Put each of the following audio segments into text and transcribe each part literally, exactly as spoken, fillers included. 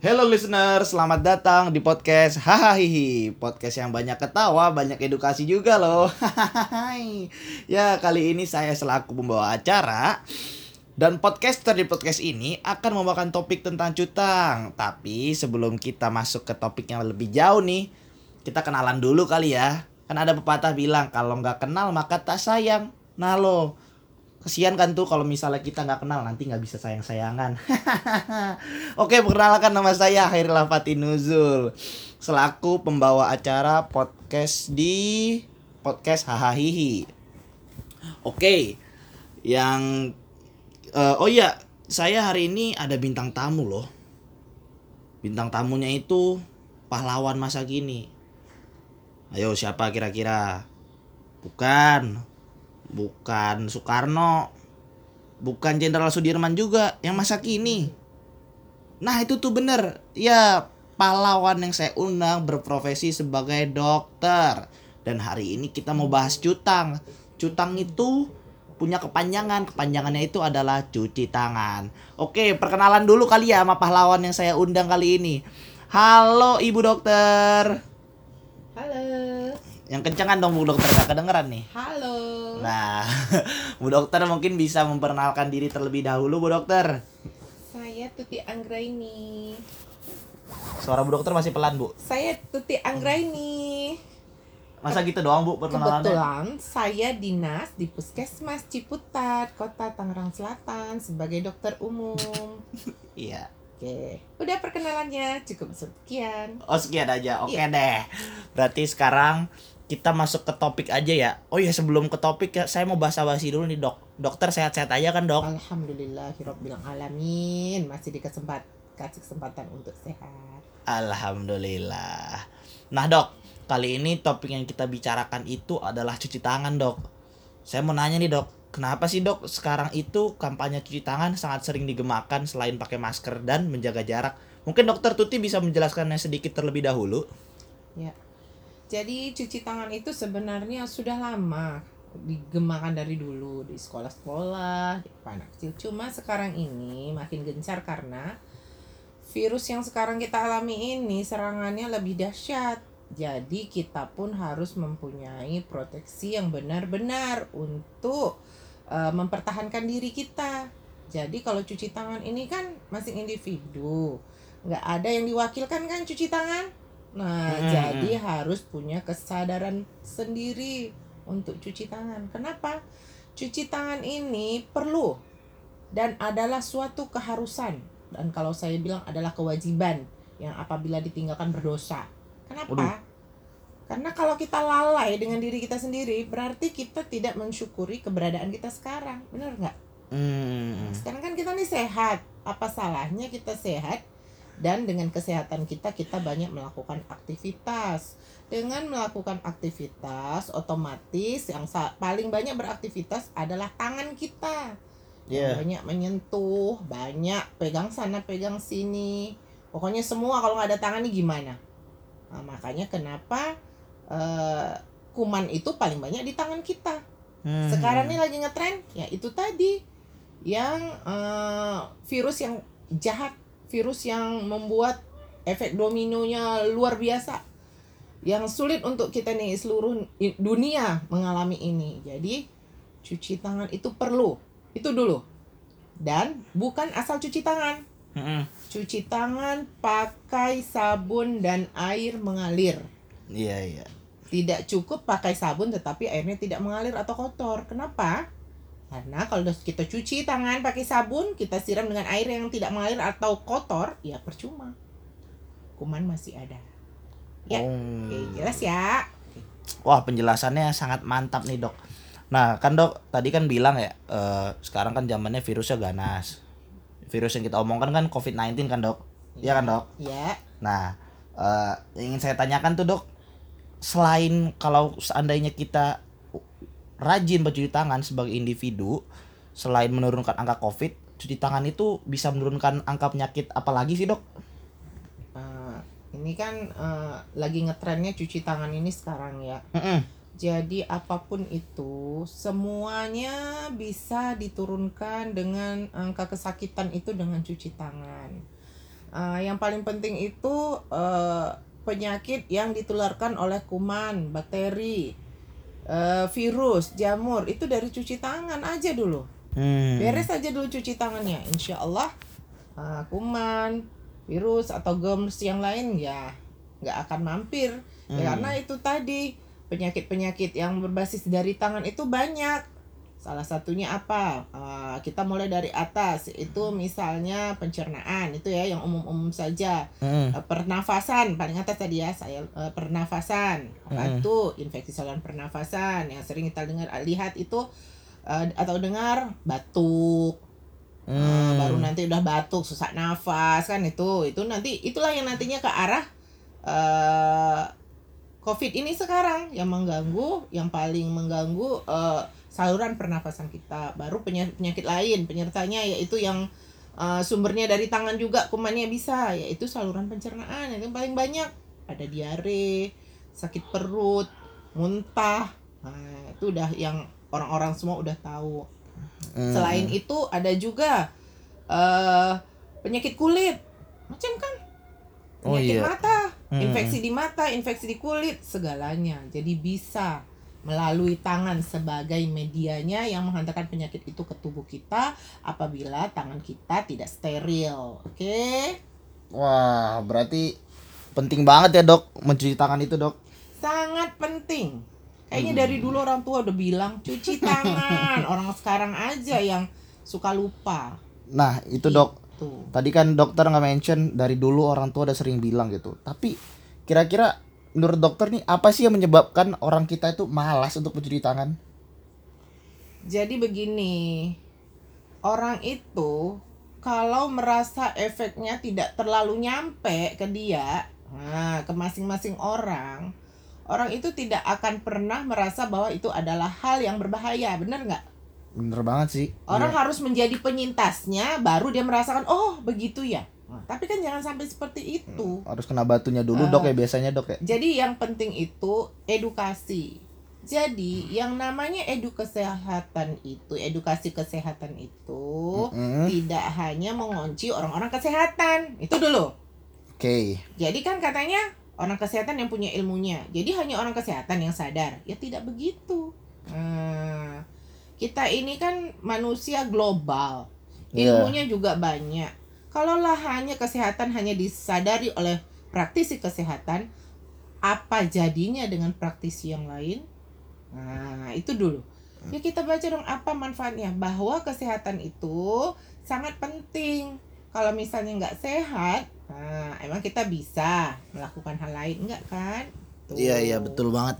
Hello listener, selamat datang di podcast Hahaha, podcast yang banyak ketawa, banyak edukasi juga loh. Ya, kali ini saya selaku pembawa acara dan podcaster di podcast ini akan membawakan topik tentang cutang. Tapi sebelum kita masuk ke topik yang lebih jauh nih, kita kenalan dulu kali ya. Kan ada pepatah bilang kalau nggak kenal maka tak sayang. Nah lo, kesian kan tuh kalau misalnya kita nggak kenal, nanti nggak bisa sayang-sayangan. Oke, perkenalkan nama saya Hairil Fatinuzul, selaku pembawa acara podcast di podcast Hahaha. Oke, yang eh, oh iya, saya hari ini ada bintang tamu loh. Bintang tamunya itu pahlawan masa kini. Ayo, siapa kira-kira? Bukan, bukan Soekarno, bukan Jenderal Sudirman juga, yang masa kini. Nah itu tuh bener. Ya, pahlawan yang saya undang berprofesi sebagai dokter. Dan hari ini kita mau bahas cutang. Cutang itu punya kepanjangan. Kepanjangannya itu adalah cuci tangan. Oke, perkenalan dulu kali ya sama pahlawan yang saya undang kali ini. Halo Ibu Dokter. Halo. Yang kencengan dong Bu Dokter, gak kedengeran nih. Halo. Nah, Bu Dokter mungkin bisa memperkenalkan diri terlebih dahulu Bu Dokter. Saya Tuti Anggraini. Suara Bu Dokter masih pelan Bu. Saya Tuti Anggraini. Masa gitu doang Bu perkenalannya? Kebetulan saya dinas di Puskesmas Ciputat, Kota Tangerang Selatan sebagai dokter umum. Iya. Oke, udah perkenalannya cukup sekian. Oh sekian aja, oke Iya. deh. Berarti sekarang kita masuk ke topik aja ya. Oh ya sebelum ke topik ya, saya mau basa-basi dulu nih dok. Dokter sehat-sehat aja kan dok? Alhamdulillahirabbil alamin, masih dikesempat kasih kesempatan untuk sehat. Alhamdulillah. Nah dok, kali ini topik yang kita bicarakan itu adalah cuci tangan dok. Saya mau nanya nih dok, kenapa sih dok sekarang itu kampanye cuci tangan sangat sering digemakan selain pakai masker dan menjaga jarak? Mungkin dokter Tuti bisa menjelaskannya sedikit terlebih dahulu. Ya. Jadi cuci tangan itu sebenarnya sudah lama digemakan dari dulu di sekolah-sekolah, di anak kecil. Cuma sekarang ini makin gencar karena virus yang sekarang kita alami ini serangannya lebih dahsyat. Jadi kita pun harus mempunyai proteksi yang benar-benar untuk uh, mempertahankan diri kita. Jadi kalau cuci tangan ini kan masing individu, nggak ada yang diwakilkan kan cuci tangan. Nah, Hmm. jadi harus punya kesadaran sendiri untuk cuci tangan. Kenapa? Cuci tangan ini perlu dan adalah suatu keharusan. Dan kalau saya bilang adalah kewajiban yang apabila ditinggalkan berdosa. Kenapa? Waduh. Karena kalau kita lalai dengan diri kita sendiri, berarti kita tidak mensyukuri keberadaan kita sekarang. Benar nggak? Hmm. Sekarang kan kita nih sehat. Apa salahnya kita sehat? Dan dengan kesehatan kita, kita banyak melakukan aktivitas. Dengan melakukan aktivitas, otomatis yang sa- paling banyak beraktivitas adalah tangan kita. Iya. Yang banyak menyentuh, banyak pegang sana, pegang sini. Pokoknya semua kalau nggak ada tangan nih gimana? Nah, makanya kenapa uh, kuman itu paling banyak di tangan kita. Hmm. Sekarang ini lagi ngetren, ya itu tadi. Yang uh, virus yang jahat, virus yang membuat efek dominonya luar biasa, yang sulit untuk kita nih seluruh dunia mengalami ini. Jadi cuci tangan itu perlu, itu dulu. Dan bukan asal cuci tangan. Hmm. Cuci tangan pakai sabun dan air mengalir. Iya iya. Tidak cukup pakai sabun tetapi airnya tidak mengalir atau kotor. Kenapa? Karena kalau kita cuci tangan pakai sabun, kita siram dengan air yang tidak mengalir atau kotor, ya percuma. Kuman masih ada. Ya, Oh. oke, jelas ya. Wah penjelasannya sangat mantap nih dok. Nah kan dok tadi kan bilang ya eh, sekarang kan zamannya virusnya ganas. Virus yang kita omongkan kan covid sembilan belas kan dok. Iya kan dok? Ya. Nah eh, yang ingin saya tanyakan tuh dok, selain kalau seandainya kita rajin bercuci tangan sebagai individu, selain menurunkan angka covid, cuci tangan itu bisa menurunkan angka penyakit apalagi sih dok? Uh, ini kan uh, lagi ngetrennya cuci tangan ini sekarang ya. Mm-mm. Jadi apapun itu semuanya bisa diturunkan dengan angka kesakitan itu dengan cuci tangan. Uh, yang paling penting itu uh, penyakit yang ditularkan oleh kuman, bakteri, uh, virus, jamur, itu dari cuci tangan aja dulu. Hmm. Beres aja dulu cuci tangannya, insya Allah uh, kuman, virus atau germs yang lain ya nggak akan mampir. Hmm. Ya, karena itu tadi penyakit-penyakit yang berbasis dari tangan itu banyak. Salah satunya apa? Uh, kita mulai dari atas, itu misalnya pencernaan, itu ya yang umum-umum saja. Hmm. Uh, pernafasan paling atas tadi ya, saya uh, pernafasan. Apa Hmm. itu? Infeksi saluran pernafasan yang sering kita dengar lihat itu uh, atau dengar batuk. Hmm. Uh, baru nanti udah batuk, susah nafas kan itu. Itu nanti itulah yang nantinya ke arah uh, COVID ini sekarang yang mengganggu, yang paling mengganggu uh, saluran pernafasan kita. Baru penyakit, penyakit lain penyertanya yaitu yang uh, sumbernya dari tangan juga, kumannya bisa, yaitu saluran pencernaan yang paling banyak. Ada diare, sakit perut, muntah. Nah, itu udah yang orang-orang semua udah tahu. Hmm. Selain itu ada juga uh, penyakit kulit, macam kan penyakit oh, iya. mata, hmm. infeksi di mata, infeksi di kulit, segalanya. Jadi bisa melalui tangan sebagai medianya yang menghantarkan penyakit itu ke tubuh kita apabila tangan kita tidak steril. Oke? Okay? Wah, berarti penting banget ya dok mencuci tangan itu dok. Sangat penting. Kayaknya hmm. dari dulu orang tua udah bilang cuci tangan. Orang sekarang aja yang suka lupa. Nah itu dok. Gitu. Tadi kan dokter nggak mention dari dulu orang tua udah sering bilang gitu. Tapi kira-kira menurut dokter nih apa sih yang menyebabkan orang kita itu malas untuk mencuci tangan? Jadi begini, orang itu kalau merasa efeknya tidak terlalu nyampe ke dia, nah, ke masing-masing orang, orang itu tidak akan pernah merasa bahwa itu adalah hal yang berbahaya, benar nggak? Bener banget sih. Orang iya. harus menjadi penyintasnya, baru dia merasakan, oh begitu ya. Nah, tapi kan jangan sampai seperti itu. Harus kena batunya dulu uh, dok ya biasanya dok ya. Jadi yang penting itu edukasi. Jadi yang namanya edu kesehatan itu, edukasi kesehatan itu mm-hmm. tidak hanya mengunci orang-orang kesehatan. Itu dulu. Oke. Okay. Jadi kan katanya orang kesehatan yang punya ilmunya. Jadi hanya orang kesehatan yang sadar. Ya tidak begitu. Nah, kita ini kan manusia global. Ilmunya yeah. juga banyak. Kalaulah hanya kesehatan hanya disadari oleh praktisi kesehatan, apa jadinya dengan praktisi yang lain? Nah, itu dulu. Ya kita baca dong apa manfaatnya. Bahwa kesehatan itu sangat penting. Kalau misalnya nggak sehat, nah emang kita bisa melakukan hal lain, enggak kan? Tuh. Iya, iya betul banget.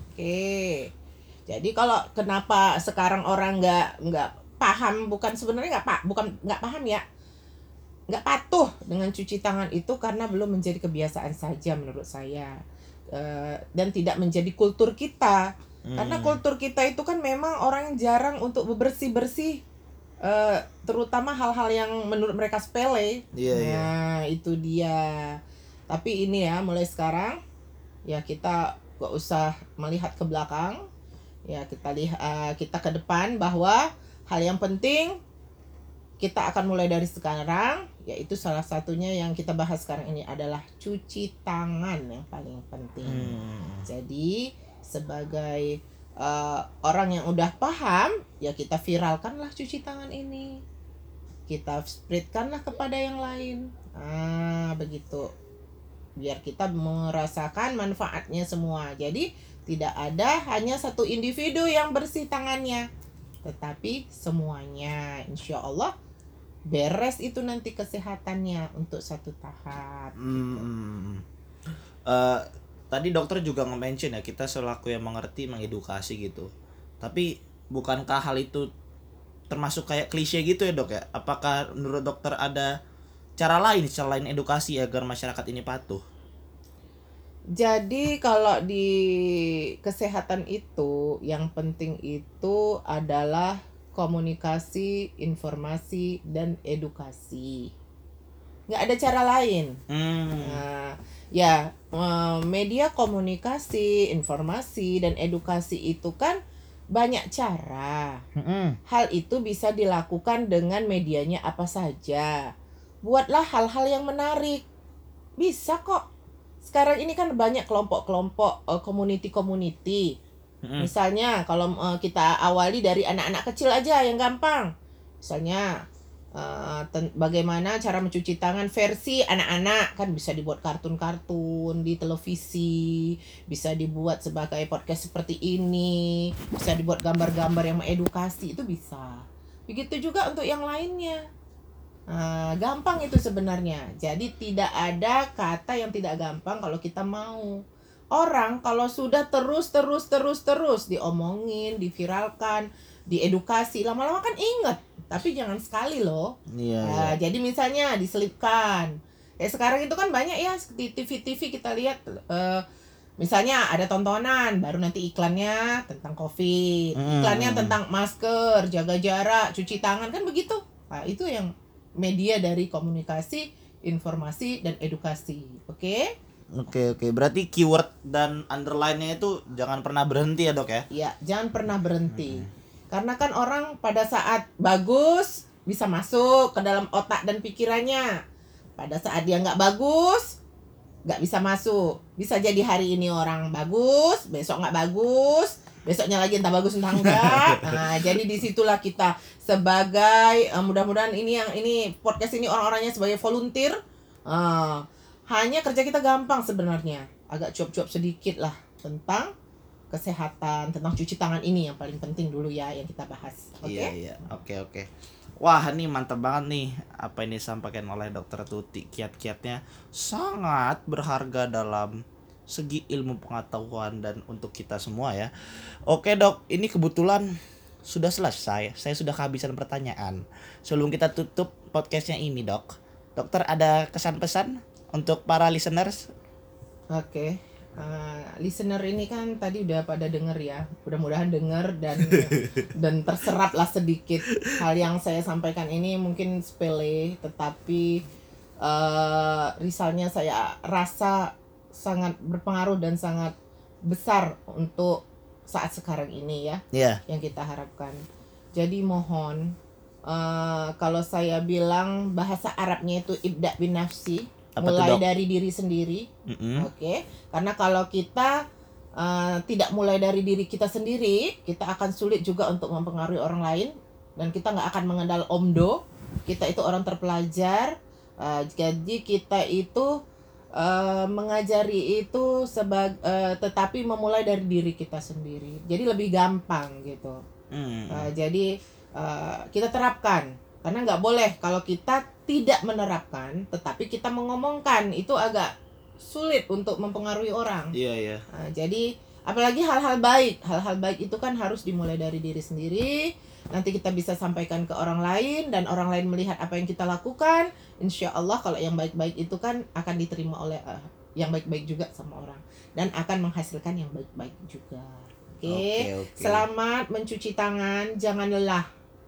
Oke. Jadi kalau kenapa sekarang orang nggak nggak paham, bukan sebenarnya nggak pak, bukan nggak paham ya. Nggak patuh dengan cuci tangan itu karena belum menjadi kebiasaan saja menurut saya, e, dan tidak menjadi kultur kita. hmm. Karena kultur kita itu kan memang orang yang jarang untuk bersih-bersih, e, terutama hal-hal yang menurut mereka sepele. yeah, Nah yeah. itu dia. Tapi ini ya mulai sekarang ya kita gak usah melihat ke belakang, ya kita lihat uh, kita ke depan bahwa hal yang penting kita akan mulai dari sekarang, yaitu salah satunya yang kita bahas sekarang ini adalah cuci tangan yang paling penting. Hmm. Jadi sebagai uh, orang yang udah paham, ya kita viralkanlah cuci tangan ini, kita spreadkanlah kepada yang lain. Ah begitu, biar kita merasakan manfaatnya semua. Jadi tidak ada hanya satu individu yang bersih tangannya, tetapi semuanya. Insya Allah beres itu nanti kesehatannya untuk satu tahap. Hmm. Uh, tadi dokter juga nge-mention ya, kita selaku yang mengerti mengedukasi gitu. Tapi bukankah hal itu termasuk kayak klise gitu ya dok ya? Apakah menurut dokter ada cara lain selain edukasi agar masyarakat ini patuh? Jadi kalau di kesehatan itu yang penting itu adalah komunikasi, informasi, dan edukasi. Nggak ada cara lain. Hmm. Nah, ya media komunikasi, informasi, dan edukasi itu kan banyak cara. Hmm. Hal itu bisa dilakukan dengan medianya apa saja. buatlah hal-hal yang menarik. Bisa kok. Sekarang ini kan banyak kelompok-kelompok uh, community-community. Mm-mm. Misalnya kalau uh, kita awali dari anak-anak kecil aja yang gampang. Misalnya uh, ten- bagaimana cara mencuci tangan versi anak-anak, kan bisa dibuat kartun-kartun di televisi, bisa dibuat sebagai podcast seperti ini, bisa dibuat gambar-gambar yang mengedukasi, itu bisa. Begitu juga untuk yang lainnya. Nah, gampang itu sebenarnya. Jadi tidak ada kata yang tidak gampang kalau kita mau. Orang kalau sudah terus terus terus terus diomongin, diviralkan, diedukasi, lama-lama kan inget. Tapi jangan sekali loh. Iya, Nah, iya. jadi misalnya diselipkan. Ya sekarang itu kan banyak ya di T V-T V kita lihat eh, misalnya ada tontonan, baru nanti iklannya tentang COVID, Mm. iklannya tentang masker, jaga jarak, cuci tangan, kan begitu. Nah, itu yang media dari komunikasi, informasi, dan edukasi. Oke? Oke, oke. Berarti keyword dan underline-nya itu jangan pernah berhenti ya, Dok ya? Ya, jangan pernah berhenti. Karena kan orang pada saat bagus bisa masuk ke dalam otak dan pikirannya. Pada saat dia nggak bagus, nggak bisa masuk. Bisa jadi hari ini orang bagus, besok nggak bagus, besoknya lagi entah bagus entah enggak. Nah, jadi disitulah kita sebagai uh, mudah-mudahan ini yang ini podcast ini orang-orangnya sebagai volunteer. Uh, hanya kerja kita gampang sebenarnya, agak cuap-cuap sedikit lah tentang kesehatan, tentang cuci tangan ini yang paling penting dulu ya yang kita bahas. Oke? Iya, iya. Oke, oke. Wah, ini mantap banget nih apa ini disampaikan oleh Dokter Tuti. Kiat-kiatnya sangat berharga dalam segi ilmu pengetahuan dan untuk kita semua ya. Oke, Dok, ini kebetulan sudah selesai. Saya sudah kehabisan pertanyaan. Sebelum kita tutup podcastnya ini, Dok, Dokter ada kesan-pesan untuk para listeners? Oke. Uh, listener ini kan tadi udah pada denger ya, mudah-mudahan denger dan dan terserap lah sedikit. Hal yang saya sampaikan ini mungkin sepele, tetapi uh, risalnya saya rasa sangat berpengaruh dan sangat besar untuk saat sekarang ini ya, Iya. yang kita harapkan. Jadi mohon, uh, kalau saya bilang bahasa Arabnya itu ibda bin nafsi, Apa tuh, mulai Dok? dari diri sendiri. Mm-mm. Oke, karena kalau kita uh, tidak mulai dari diri kita sendiri, kita akan sulit juga untuk mempengaruhi orang lain, dan kita nggak akan mengenal omdo. Kita itu orang terpelajar, uh, jadi kita itu uh, mengajari itu sebagai, uh, tetapi memulai dari diri kita sendiri. Jadi lebih gampang gitu. Mm. Uh, jadi uh, kita terapkan, karena nggak boleh kalau kita tidak menerapkan, tetapi kita mengomongkan, itu agak sulit untuk mempengaruhi orang. Iya, iya. Nah, jadi apalagi hal-hal baik, hal-hal baik itu kan harus dimulai dari diri sendiri. Nanti kita bisa sampaikan ke orang lain dan orang lain melihat apa yang kita lakukan. Insya Allah kalau yang baik-baik itu kan akan diterima oleh uh, yang baik-baik juga sama orang dan akan menghasilkan yang baik-baik juga. Oke, Oke, oke. Selamat mencuci tangan, jangan lelah.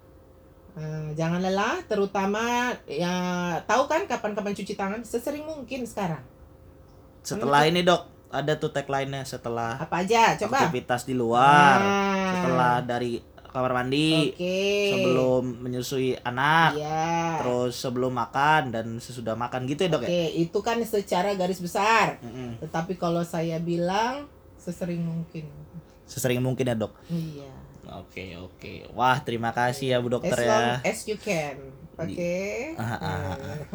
Uh, jangan lelah, terutama ya tahu kan kapan-kapan cuci tangan, sesering mungkin sekarang. Setelah ini, Dok, ada tuh tagline-nya setelah Apa aja coba? aktivitas di luar, Nah. setelah dari kamar mandi, Oke. sebelum menyusui anak, Iya. terus sebelum makan dan sesudah makan gitu ya, Dok ya? Oke, itu kan secara garis besar. Mm-mm. Tetapi kalau saya bilang sesering mungkin. Sesering mungkin ya, Dok. Iya. Oke, oke. Wah, terima kasih ya Bu Dokter As long ya. as you can. Oke. Ah, ah, ah.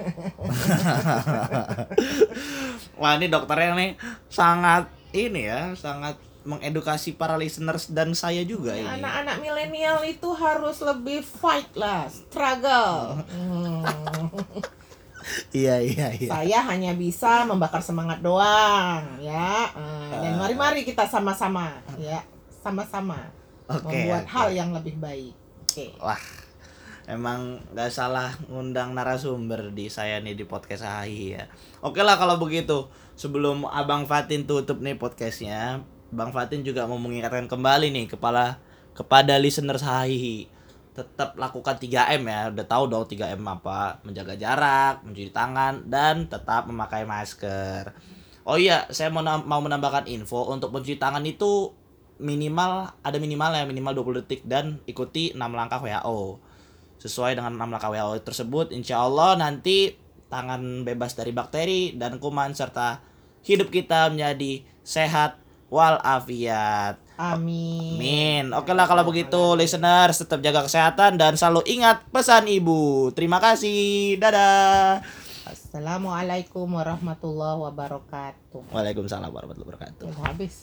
Wah, ini dokternya nih sangat ini ya, sangat mengedukasi para listeners dan saya juga ini. Anak-anak milenial itu harus lebih fight lah, struggle. Hmm. Iya, iya, iya. Saya hanya bisa membakar semangat doang, ya. Ah, Dan mari-mari kita sama-sama, ya, sama-sama Oke, membuat oke. hal yang lebih baik. Oke. Wah, emang gak salah ngundang narasumber di saya nih di podcast Hahi ya. Oke lah kalau begitu. Sebelum Abang Fatin tutup nih podcastnya, Bang Fatin juga mau mengingatkan kembali nih kepala kepada listeners Hahi. Tetap lakukan tiga M ya. Udah tahu dong tiga M apa? Menjaga jarak, mencuci tangan, dan tetap memakai masker. Oh iya, saya mau mau menambahkan info untuk mencuci tangan itu minimal ada minimal ya, minimal dua puluh detik dan ikuti enam langkah W H O. Sesuai dengan enam langkah W H O tersebut, insya Allah nanti tangan bebas dari bakteri dan kuman, serta hidup kita menjadi sehat walafiat. Amin. Amin. Oke lah kalau begitu listeners, tetap jaga kesehatan dan selalu ingat pesan ibu. Terima kasih. Dadah. Assalamualaikum warahmatullahi wabarakatuh. Waalaikumsalam warahmatullahi wabarakatuh. Udah habis.